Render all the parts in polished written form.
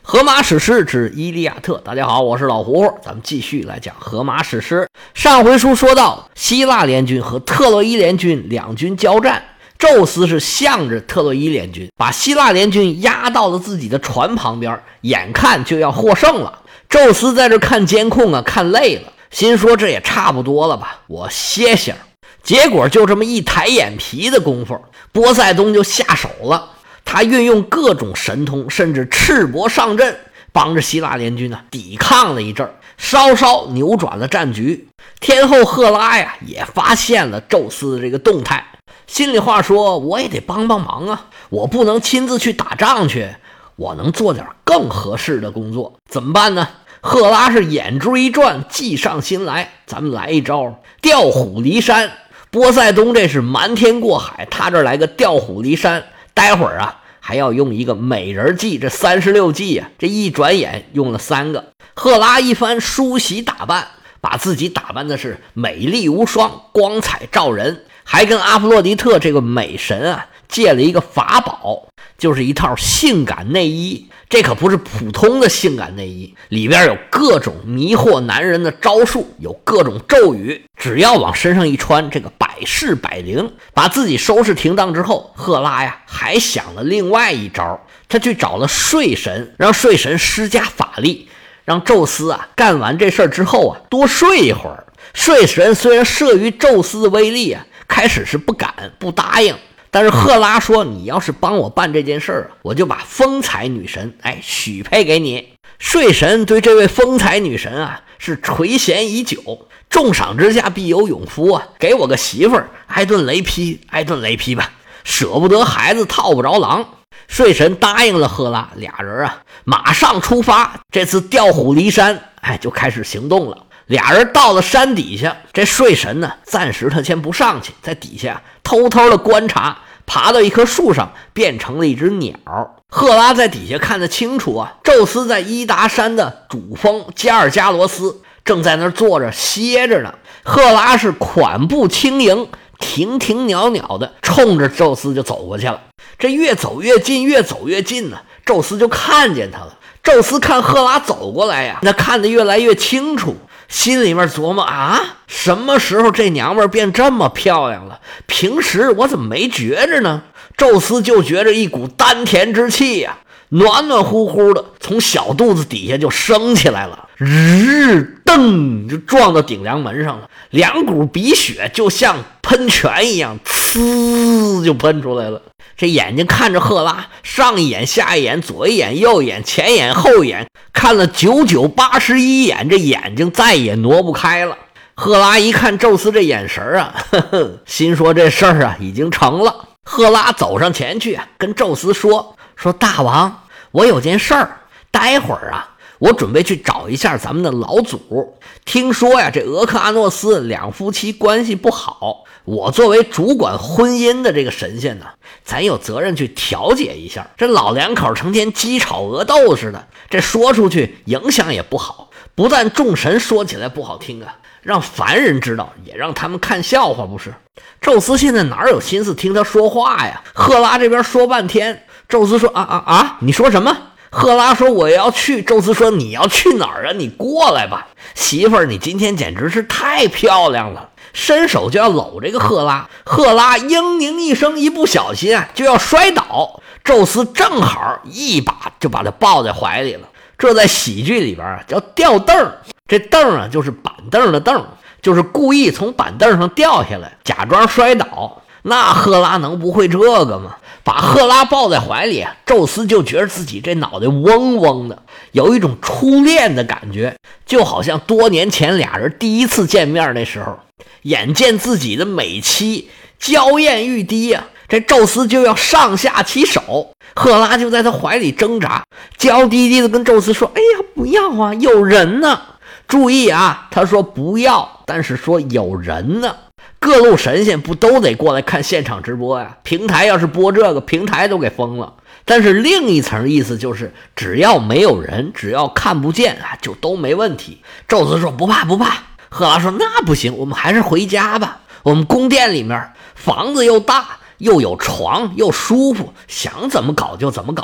荷马史诗之伊利亚特。大家好，我是老胡胡，咱们继续来讲荷马史诗。上回书说到，希腊联军和特洛伊联军两军交战，宙斯是向着特洛伊联军，把希腊联军压到了自己的船旁边，眼看就要获胜了。宙斯在这看监控啊，看累了，心说这也差不多了吧，我歇歇。结果就这么一抬眼皮的功夫，波塞冬就下手了。他运用各种神通，甚至赤膊上阵，帮着希腊联军抵抗了一阵，稍稍扭转了战局。天后赫拉呀也发现了宙斯的这个动态，心里话说，我也得帮帮忙啊，我不能亲自去打仗去，我能做点更合适的工作，怎么办呢？赫拉是眼珠一转，计上心来，咱们来一招调虎离山。波塞冬这是瞒天过海，他这来个调虎离山，待会儿还要用一个美人计，这36计这一转眼用了3个。赫拉一番梳洗打扮，把自己打扮的是美丽无双，光彩照人，还跟阿弗洛狄特这个美神借了一个法宝，就是一套性感内衣。这可不是普通的性感内衣，里边有各种迷惑男人的招数，有各种咒语，只要往身上一穿，这个百试百灵。把自己收拾停当之后，赫拉还想了另外一招，他去找了睡神，让睡神施加法力，让宙斯干完这事儿之后多睡一会儿。睡神虽然慑于宙斯的威力开始是不敢不答应，但是赫拉说，你要是帮我办这件事儿我就把风采女神许配给你。睡神对这位风采女神是垂涎已久，重赏之下必有勇夫给我个媳妇儿，挨顿雷劈吧，舍不得孩子套不着狼。睡神答应了赫拉，俩人马上出发，这次调虎离山就开始行动了。俩人到了山底下，这睡神暂时他先不上去，在底下偷偷的观察，爬到一棵树上变成了一只鸟。赫拉在底下看得清楚宙斯在伊达山的主峰加尔加罗斯正在那儿坐着歇着呢。赫拉是款步轻盈，停停袅袅的冲着宙斯就走过去了。这越走越近，越走越近呢，宙斯就看见他了。宙斯看赫拉走过来那看得越来越清楚，心里面琢磨什么时候这娘们变这么漂亮了？平时我怎么没觉着呢？宙斯就觉着一股丹田之气暖暖乎乎的从小肚子底下就升起来了，噔就撞到顶梁门上了，两股鼻血就像喷泉一样呲就喷出来了。这眼睛看着赫拉，上一眼下一眼，左一眼右一眼，前眼后眼，看了9981眼，这眼睛再也挪不开了。赫拉一看宙斯这眼神心说这事儿已经成了。赫拉走上前去跟宙斯说大王，我有件事儿，待会儿我准备去找一下咱们的老祖，听说这俄克阿诺斯两夫妻关系不好，我作为主管婚姻的这个神仙咱有责任去调解一下。这老两口成天鸡吵鹅斗似的，这说出去影响也不好，不但众神说起来不好听让凡人知道也让他们看笑话不是。宙斯现在哪有心思听他说话呀？赫拉这边说半天，宙斯说你说什么？赫拉说我要去，宙斯说你要去哪儿你过来吧。媳妇儿，你今天简直是太漂亮了，伸手就要搂这个赫拉。赫拉嘤咛一声，一不小心就要摔倒，宙斯正好一把就把他抱在怀里了。这在喜剧里边叫吊凳，这凳就是板凳的凳，就是故意从板凳上掉下来，假装摔倒。那赫拉能不会这个吗？把赫拉抱在怀里宙斯就觉得自己这脑袋嗡嗡的，有一种初恋的感觉，就好像多年前俩人第一次见面那时候，眼见自己的美妻娇艳欲滴这宙斯就要上下其手，赫拉就在他怀里挣扎，娇滴滴的跟宙斯说，哎呀不要有人呢。注意他说不要，但是说有人呢。各路神仙不都得过来看现场直播平台要是播这个，平台都给封了。但是另一层意思就是，只要没有人，只要看不见就都没问题。宙斯说不怕不怕。赫拉说那不行，我们还是回家吧，我们宫殿里面房子又大又有床又舒服，想怎么搞就怎么搞。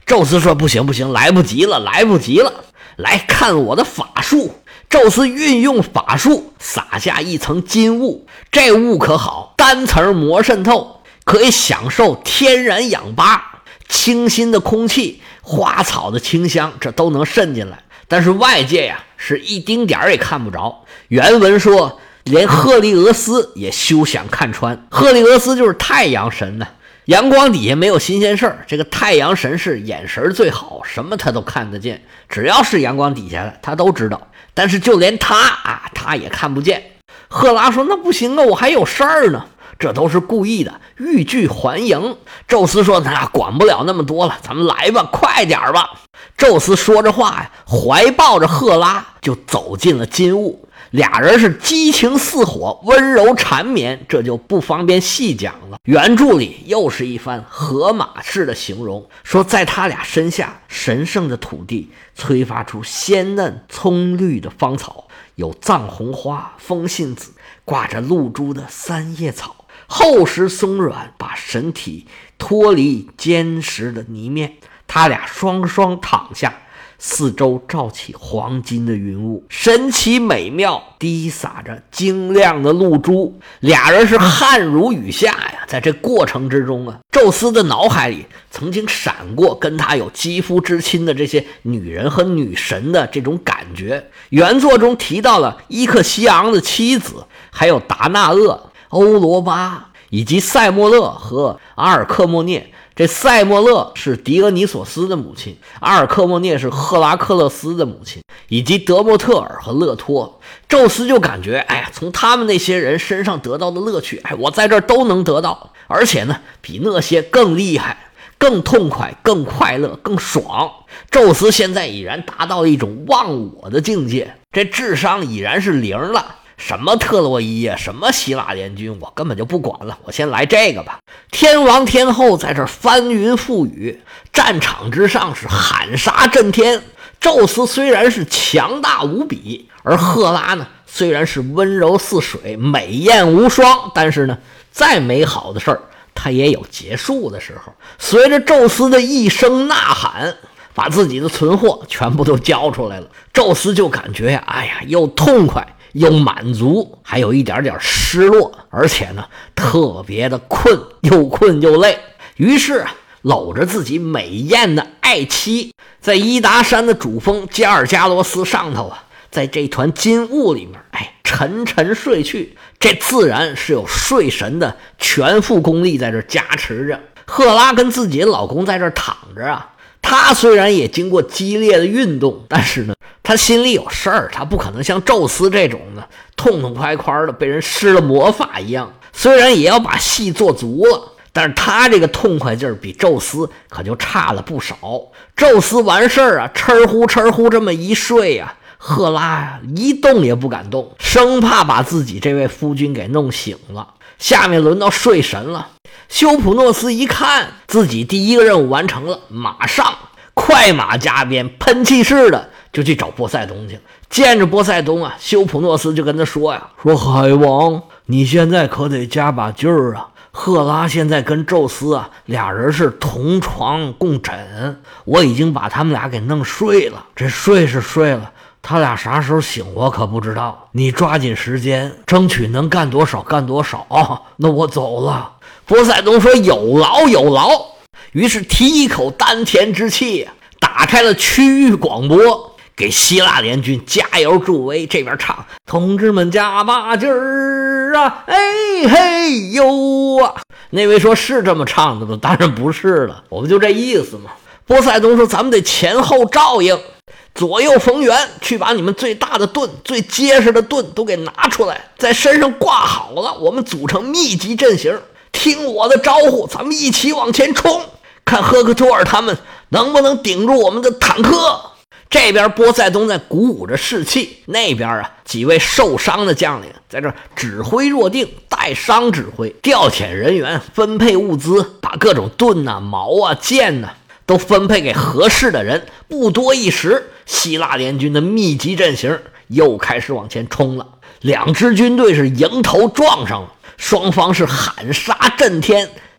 宙斯说：“不行不行，来不及了，来不及了！来看我的法术。”宙斯运用法术，撒下一层金雾，这雾可好，单层膜渗透，可以享受天然氧吧，清新的空气，花草的清香，这都能渗进来。但是外界呀，是一丁点儿也看不着。原文说，连赫利俄斯也休想看穿。赫利俄斯就是太阳神呢，阳光底下没有新鲜事儿，这个太阳神是眼神最好，什么他都看得见，只要是阳光底下的他都知道。但是就连他也看不见。赫拉说：“那不行啊，我还有事儿呢。”这都是故意的，欲拒还迎。宙斯说：“那管不了那么多了，咱们来吧，快点吧。”宙斯说着话呀，怀抱着赫拉就走进了金雾。俩人是激情似火，温柔缠绵，这就不方便细讲了。原著里又是一番荷马式的形容，说在他俩身下，神圣的土地催发出鲜嫩葱绿的芳草，有藏红花、风信子，挂着露珠的三叶草，厚实松软，把身体脱离坚实的泥面。他俩双双躺下，四周罩起黄金的云雾，神奇美妙，滴洒着晶亮的露珠。俩人是汗如雨下呀。在这过程之中啊，宙斯的脑海里曾经闪过跟他有肌肤之亲的这些女人和女神的这种感觉。原作中提到了伊克西昂的妻子，还有达纳厄、欧罗巴以及塞莫勒和阿尔克莫涅。这塞莫勒是狄俄尼索斯的母亲，阿尔克莫涅是赫拉克勒斯的母亲，以及德莫特尔和勒托。宙斯就感觉，从他们那些人身上得到的乐趣，我在这儿都能得到，而且呢，比那些更厉害、更痛快、更快乐、更爽。宙斯现在已然达到了一种忘我的境界，这智商已然是零了。什么特洛伊呀，什么希腊联军，我根本就不管了，我先来这个吧。天王天后在这翻云覆雨，战场之上是喊杀震天。宙斯虽然是强大无比，而赫拉呢，虽然是温柔似水、美艳无双，但是呢，再美好的事儿，它也有结束的时候。随着宙斯的一声呐喊，把自己的存货全部都交出来了。宙斯就感觉呀，又痛快又满足，还有一点点失落，而且呢，特别的困，又困又累。于是搂着自己美艳的爱妻，在伊达山的主峰加尔加罗斯上头啊，在这团金雾里面，沉沉睡去。这自然是有睡神的全副功力在这加持着。赫拉跟自己的老公在这躺着啊，他虽然也经过激烈的运动，但是呢，他心里有事儿，他不可能像宙斯这种的痛痛快快的被人施了魔法一样。虽然也要把戏做足了，但是他这个痛快劲儿比宙斯可就差了不少。宙斯完事儿啊，哧呼哧呼这么一睡啊，赫拉呀一动也不敢动，生怕把自己这位夫君给弄醒了。下面轮到睡神了。修普诺斯一看自己第一个任务完成了，马上快马加鞭，喷气似的就去找波塞冬去了。见着波塞冬啊，修普诺斯就跟他说呀：“说海王，你现在可得加把劲儿啊！赫拉现在跟宙斯啊俩人是同床共枕，我已经把他们俩给弄睡了。这睡是睡了，他俩啥时候醒我可不知道。你抓紧时间，争取能干多少干多少。那我走了。”波塞冬说：“有劳有劳。”于是提一口丹田之气，打开了区域广播，给希腊联军加油助威。这边唱：“同志们加把劲儿啊，嘿呦啊！”那位说：“是这么唱的吗？”当然不是了，我们就这意思嘛。波塞冬说：“咱们得前后照应，左右逢源，去把你们最大的盾、最结实的盾都给拿出来，在身上挂好了，我们组成密集阵型。听我的招呼，咱们一起往前冲，看赫克托尔他们能不能顶住我们的坦克。”这边波塞冬在鼓舞着士气，那边啊几位受伤的将领在这指挥若定，带伤指挥，调遣人员，分配物资，把各种盾啊、矛啊、剑啊都分配给合适的人。不多一时，希腊联军的密集阵型又开始往前冲了。两支军队是迎头撞上了，双方是喊杀震天，打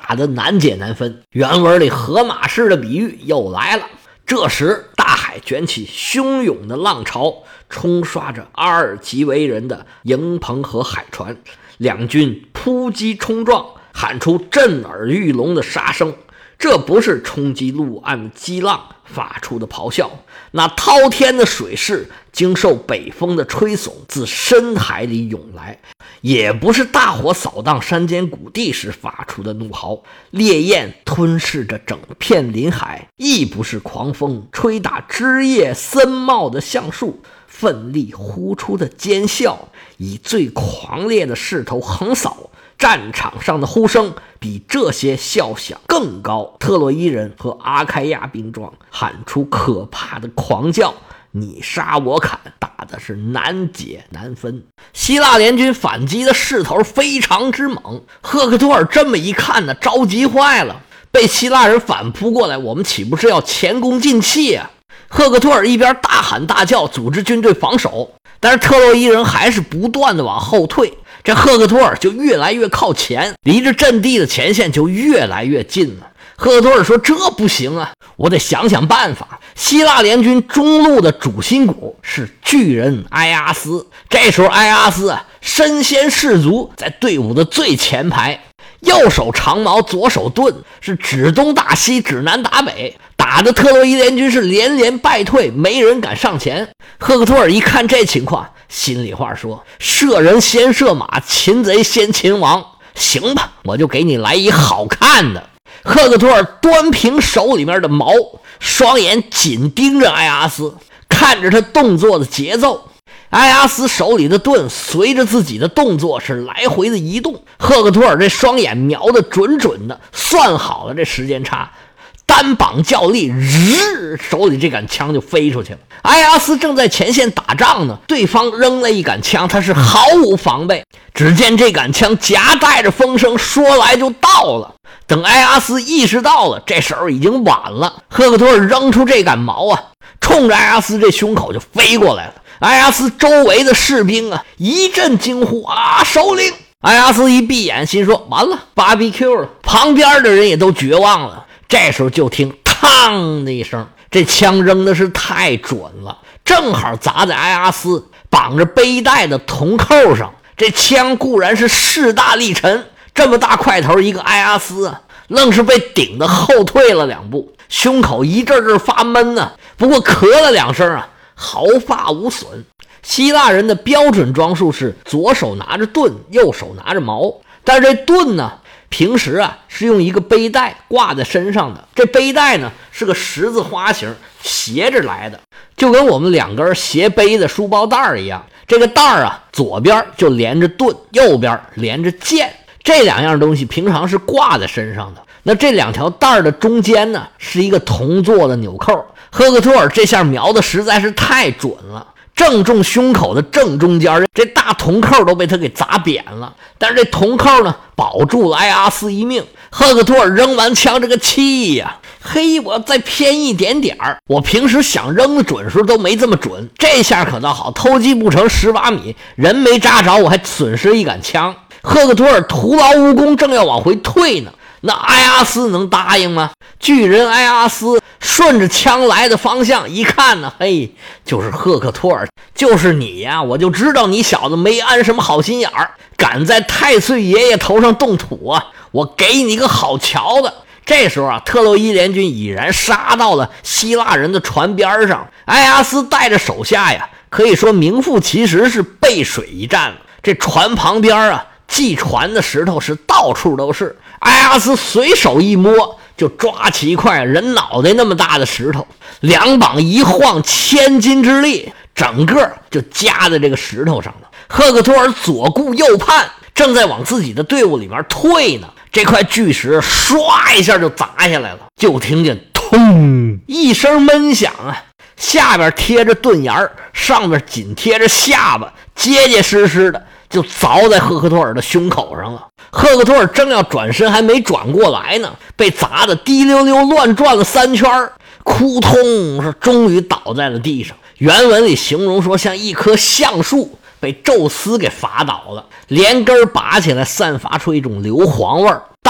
打得难解难分。原文里荷马式的比喻又来了。这时大海卷起汹涌的浪潮，冲刷着阿尔及维人的营棚和海船，两军扑击冲撞，喊出震耳欲聋的杀声。这不是冲击陆岸的激浪发出的咆哮，那滔天的水势经受北风的吹耸自深海里涌来，也不是大火扫荡山间谷地时发出的怒嚎，烈焰吞噬着整片林海，亦不是狂风吹打枝叶森茂的橡树奋力呼出的尖啸，以最狂烈的势头横扫。战场上的呼声比这些笑响更高，特洛伊人和阿开亚兵壮喊出可怕的狂叫，你杀我砍，打的是难解难分。希腊联军反击的势头非常之猛，赫克托尔这么一看呢，着急坏了，被希腊人反扑过来，我们岂不是要前功尽弃啊？赫克托尔一边大喊大叫组织军队防守，但是特洛伊人还是不断的往后退，这赫克托尔就越来越靠前，离着阵地的前线就越来越近了。赫克托尔说这不行啊，我得想想办法。希腊联军中路的主心骨是巨人埃阿斯，这时候埃阿斯身先士卒，在队伍的最前排，右手长矛左手盾，是指东打西指南打北，打的特洛伊联军是连连败退，没人敢上前。赫克托尔一看这情况，心里话说，射人先射马，擒贼先擒王，行吧，我就给你来一好看的。赫克托尔端平手里面的矛，双眼紧盯着埃阿斯，看着他动作的节奏。埃阿斯手里的盾随着自己的动作是来回的移动，赫克托尔这双眼瞄得准准的，算好了这时间差，单膀较力，手里这杆枪就飞出去了。埃阿斯正在前线打仗呢，对方扔了一杆枪，他是毫无防备，只见这杆枪夹带着风声说来就到了。等埃阿斯意识到了，这时候已经晚了。赫克托尔扔出这杆矛冲着埃阿斯这胸口就飞过来了。埃阿斯周围的士兵一阵惊呼首领！埃阿斯一闭眼，心说完了，BBQ了。旁边的人也都绝望了。这时候就听嘡的一声，这枪扔的是太准了，正好砸在埃阿斯绑着背带的铜扣上。这枪固然是势大力沉，这么大块头一个埃阿斯愣是被顶得后退了2步，胸口一阵阵发闷不过咳了2声毫发无损。希腊人的标准装束是左手拿着盾，右手拿着矛，但是这盾平时是用一个背带挂在身上的，这背带呢是个十字花形斜着来的，就跟我们2根斜背的书包带一样。这个带左边就连着盾，右边连着剑，这2样东西平常是挂在身上的。那这2条带的中间呢是一个铜做的纽扣。赫克托尔这下瞄的实在是太准了，正中胸口的正中间，这大铜扣都被他给砸扁了。但是这铜扣呢保住了埃阿斯一命。赫克托尔扔完枪这个气呀，嘿，我再偏一点点儿，我平时想扔的准数都没这么准，这下可倒好，偷鸡不成18米，人没扎着，我还损失一杆枪。赫克托尔徒劳无功，正要往回退呢，那埃阿斯能答应吗？巨人埃阿斯顺着枪来的方向一看呢，嘿，就是赫克托尔，就是你呀！我就知道你小子没安什么好心眼儿，敢在太岁爷爷头上动土我给你个好瞧的。这时候特洛伊联军已然杀到了希腊人的船边上，埃阿斯带着手下可以说名副其实是背水一战了。这船旁边系船的石头是到处都是，埃阿斯随手一摸就抓起一块人脑袋那么大的石头，2膀一晃，1000斤之力整个就夹在这个石头上了。赫克托尔左顾右盼，正在往自己的队伍里面退呢，这块巨石唰一下就砸下来了，就听见通一声闷响下边贴着盾沿，上面紧贴着下巴，结结实实的就凿在赫克托尔的胸口上了。赫克托尔正要转身，还没转过来呢，被砸得滴溜溜乱转了3圈，扑通是终于倒在了地上。原文里形容说，像一棵橡树被宙斯给伐倒了，连根拔起来，散发出一种硫磺味儿。当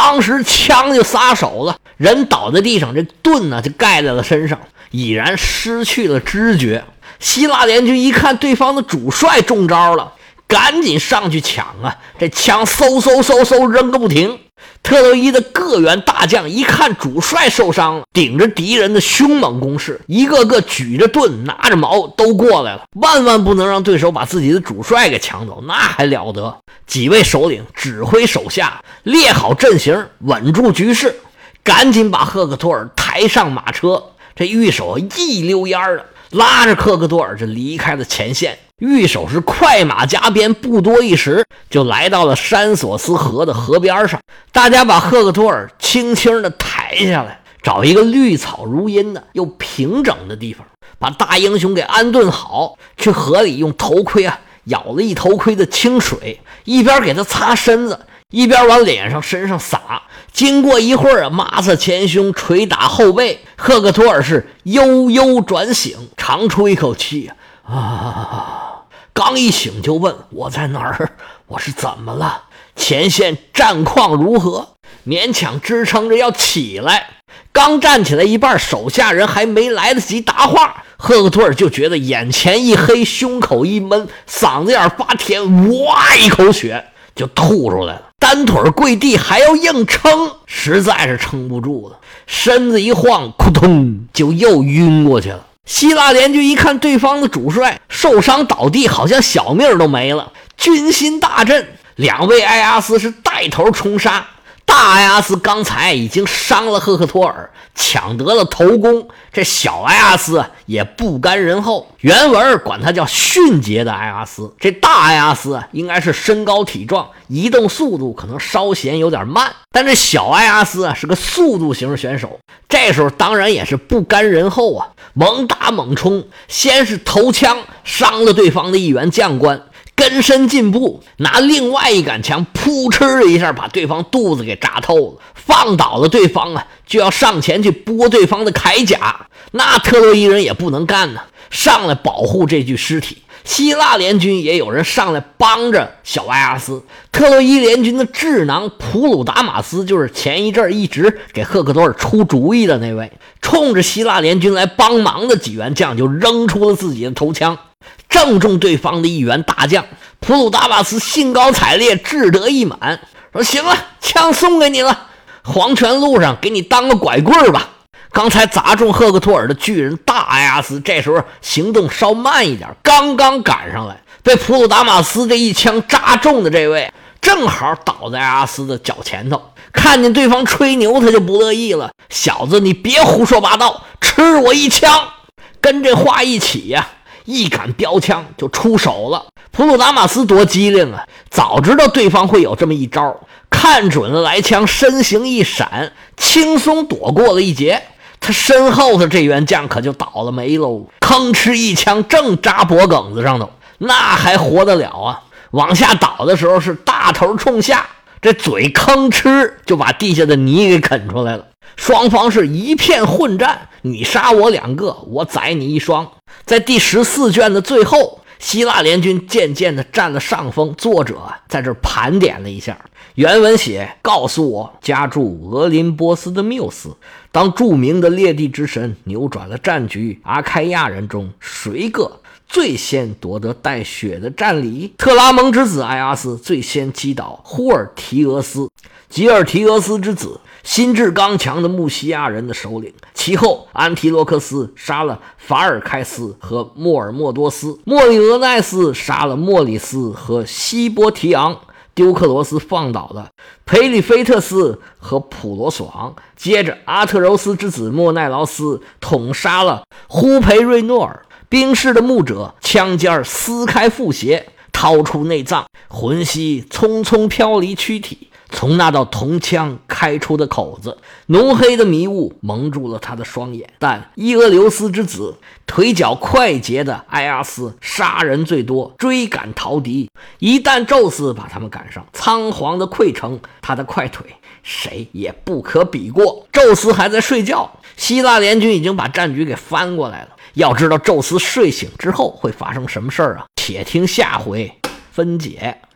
当时枪就撒手了，人倒在地上，这盾呢就盖在了身上，已然失去了知觉。希腊联军一看对方的主帅中招了，赶紧上去抢啊！这枪嗖扔个不停。特洛伊的各员大将一看主帅受伤了，顶着敌人的凶猛攻势，一个个举着盾拿着矛都过来了，万万不能让对手把自己的主帅给抢走，那还了得。几位首领指挥手下列好阵型，稳住局势，赶紧把赫克托尔抬上马车。这御手一溜烟的拉着赫克托尔就离开了前线。御手是快马加鞭，不多一时就来到了山索斯河的河边上。大家把赫克托尔轻轻的抬下来，找一个绿草如茵的又平整的地方，把大英雄给安顿好，去河里用头盔舀了一头盔的清水，一边给他擦身子，一边往脸上身上撒。经过一会儿抹擦前胸，捶打后背，赫克托尔是悠悠转醒，长出一口气刚一醒就问：我在哪儿？我是怎么了？前线战况如何？勉强支撑着要起来，刚站起来一半，手下人还没来得及答话，赫克托尔就觉得眼前一黑，胸口一闷，嗓子眼发甜，哇一口血就吐出来了。单腿跪地还要硬撑，实在是撑不住了，身子一晃，扑通就又晕过去了。希腊联军一看对方的主帅受伤倒地，好像小命都没了，军心大振，两位埃阿斯是带头冲杀。大埃阿斯刚才已经伤了赫克托尔，抢得了头功，这小埃阿斯也不甘人后，原文管他叫迅捷的埃阿斯。这大埃阿斯应该是身高体壮，移动速度可能稍显有点慢，但这小埃阿斯是个速度型选手，这时候当然也是不甘人后猛打猛冲，先是头枪伤了对方的一员将官，跟身进步，拿另外一杆枪扑哧的一下把对方肚子给扎透了，放倒了对方就要上前去剥对方的铠甲。那特洛伊人也不能干上来保护这具尸体。希腊联军也有人上来帮着小埃阿斯。特洛伊联军的智囊普鲁达马斯就是前一阵一直给赫克托尔出主意的那位，冲着希腊联军来帮忙的几员将就扔出了自己的头枪，正中对方的一员大将。普鲁达马斯兴高采烈，志得意满，说行了，枪送给你了，黄泉路上给你当个拐棍吧。刚才砸中赫克托尔的巨人大埃阿斯这时候行动稍慢一点，刚刚赶上来，被普鲁达马斯这一枪扎中的这位正好倒在埃阿斯的脚前头，看见对方吹牛他就不乐意了，小子你别胡说八道，吃我一枪。跟这话一起一杆标枪就出手了。普鲁达马斯多机灵早知道对方会有这么一招，看准了来枪，身形一闪，轻松躲过了一劫。他身后的这员将可就倒了霉喽，吭哧一枪正扎脖梗子上头，那还活得了往下倒的时候是大头冲下，这嘴吭哧就把地下的泥给啃出来了。双方是一片混战，你杀我2个，我宰你1双。在第14卷的最后，希腊联军渐渐的占了上风。作者在这盘点了一下，原文写：告诉我家住俄林波斯的缪斯，当著名的裂地之神扭转了战局，阿开亚人中谁个最先夺得带血的战礼？特拉蒙之子埃阿斯最先击倒忽尔提俄斯，吉尔提俄斯之子，心智刚强的穆西亚人的首领。其后安提洛克斯杀了法尔开斯和莫尔莫多斯，莫里俄奈斯杀了莫里斯和西波提昂，丢克罗斯放倒了培里菲特斯和普罗索昂。接着阿特柔斯之子莫奈劳斯统杀了忽培瑞诺尔，兵士的牧者枪尖撕开腹胁，掏出内脏，魂息匆匆飘离躯体，从那道铜枪开出的口子，浓黑的迷雾蒙住了他的双眼。但伊俄留斯之子腿脚快捷的埃阿斯杀人最多，追赶逃敌，一旦宙斯把他们赶上，仓皇的溃城，他的快腿谁也不可比过。宙斯还在睡觉，希腊联军已经把战局给翻过来了。要知道宙斯睡醒之后会发生什么事儿且听下回分解。